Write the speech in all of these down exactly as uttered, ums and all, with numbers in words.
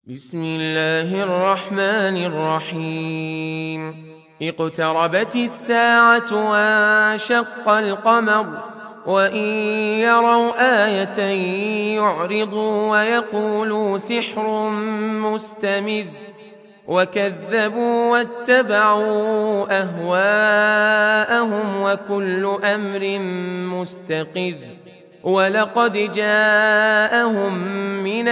بسم الله الرحمن الرحيم اقتربت الساعة وانشق القمر وإن يروا آية يعرضوا ويقولوا سحر مستمر وكذبوا واتبعوا أهواءهم وكل أمر مستقر ولقد جاءهم من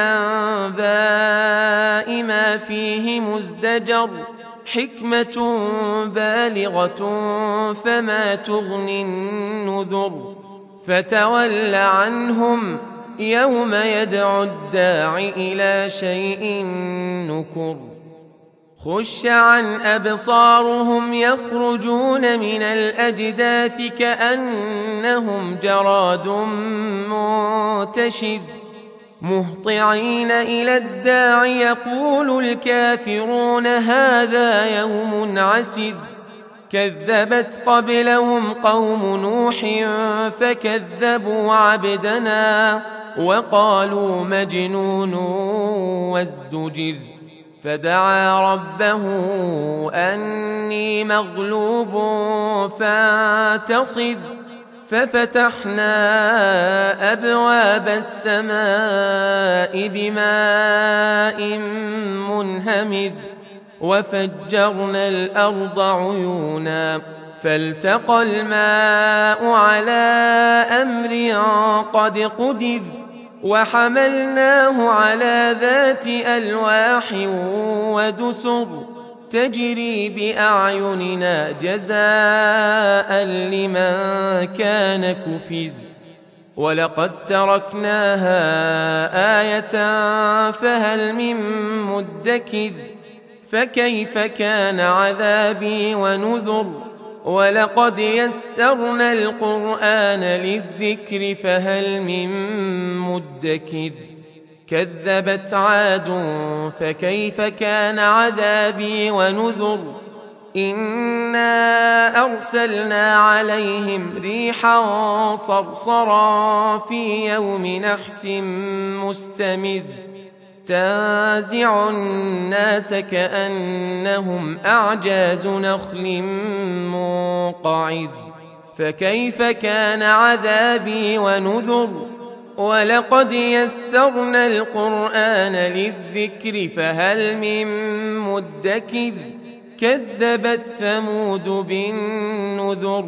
الأنباء ما فيه مزدجر حكمة بالغة فما تغني النذر فتول عنهم يوم يدعو الداع إلى شيء نكر خش عن أبصارهم يخرجون من الأجداث كأنهم جراد منتشر مهطعين إلى الداع يقول الكافرون هذا يوم عسر كذبت قبلهم قوم نوح فكذبوا عبدنا وقالوا مجنون وازدجر فدعا ربه أني مغلوب فانتصر ففتحنا أبواب السماء بماء منهمر وفجرنا الأرض عيونا فالتقى الماء على أمر قد قدر وحملناه على ذات ألواح ودسر تجري بأعيننا جزاء لمن كان كفر ولقد تركناها آية فهل من مدكر فكيف كان عذابي ونذر ولقد يسرنا القرآن للذكر فهل من مدكر كذبت عاد فكيف كان عذابي ونذر إنا أرسلنا عليهم ريحا صرصرا في يوم نحس مستمر تنزع الناس كأنهم أعجاز نخل منقعر فكيف كان عذابي ونذر ولقد يسرنا القرآن للذكر فهل من مدكر كذبت ثمود بالنذر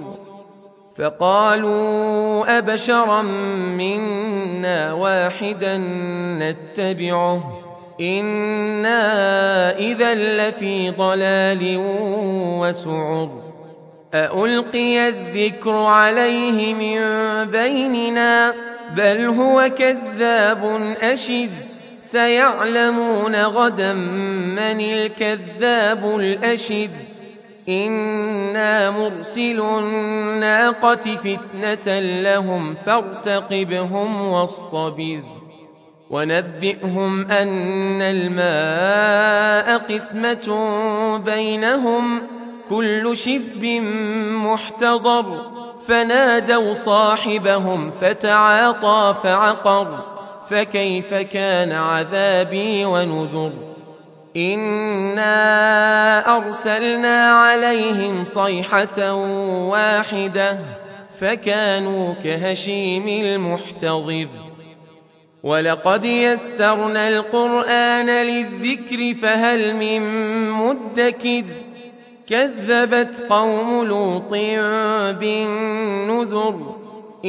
فقالوا أبشرا منا واحدا نتبعه إنا إذا لفي ضلال وسعر أألقي الذكر عليه من بيننا بل هو كذاب أشر سيعلمون غدا من الكذاب الأشر إنا مرسل الناقة فتنة لهم فارتقبهم واصطبر ونبئهم أن الماء قسمة بينهم كل شرب محتضر فنادوا صاحبهم فتعاطى فعقر فكيف كان عذابي ونذر إنا أرسلنا عليهم صيحة واحدة فكانوا كهشيم المحتضر ولقد يسرنا القرآن للذكر فهل من مدكر كذبت قوم لوط بالنذر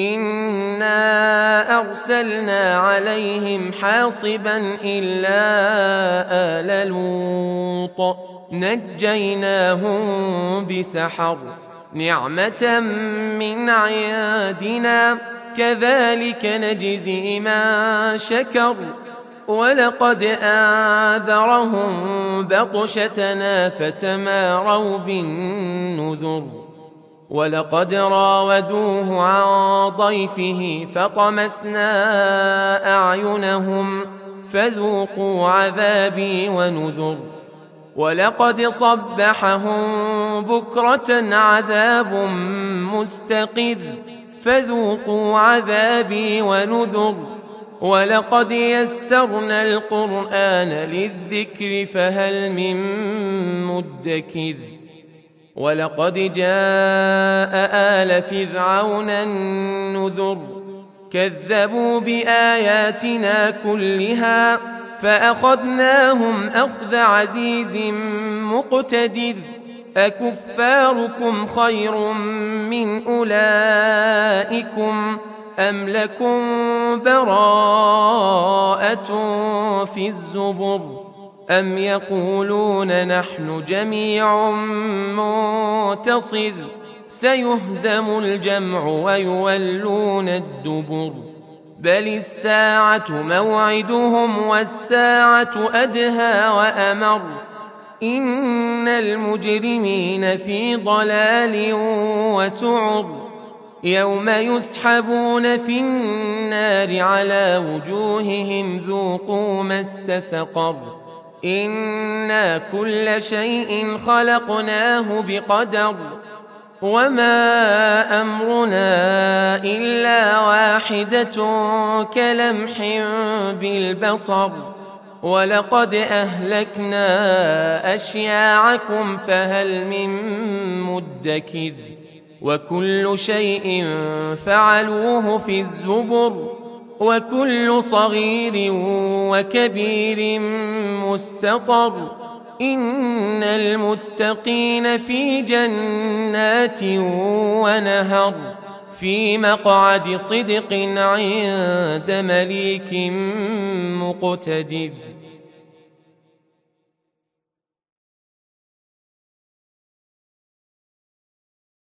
إنا أرسلنا عليهم حاصبا إلا آل لوط نجيناهم بسحر نعمة من عندنا كذلك نجزي من شكر ولقد آذرهم بطشتنا فتماروا بالنذر ولقد راودوه عن ضيفه فطمسنا أعينهم فذوقوا عذابي ونذر ولقد صبحهم بكرة عذاب مستقر فذوقوا عذابي ونذر ولقد يسرنا القرآن للذكر فهل من مدكر ولقد جاء آل فرعون النذر كذبوا بآياتنا كلها فأخذناهم أخذ عزيز مقتدر أكفاركم خير من أولئكم أم لكم براءة في الزبر أم يقولون نحن جميع منتصر سيهزم الجمع ويولون الدبر بل الساعة موعدهم والساعة أدهى وأمر إن المجرمين في ضلال وسعر يوم يسحبون في النار على وجوههم ذوقوا مس سقر إنا كل شيء خلقناه بقدر وما أمرنا إلا واحدة كلمح بالبصر ولقد أهلكنا أشياعكم فهل من مدكر وكل شيء فعلوه في الزبر وكل صغير وكبير مستطر إن المتقين في جنات ونهر في مقعد صدق عند مليك مقتدر.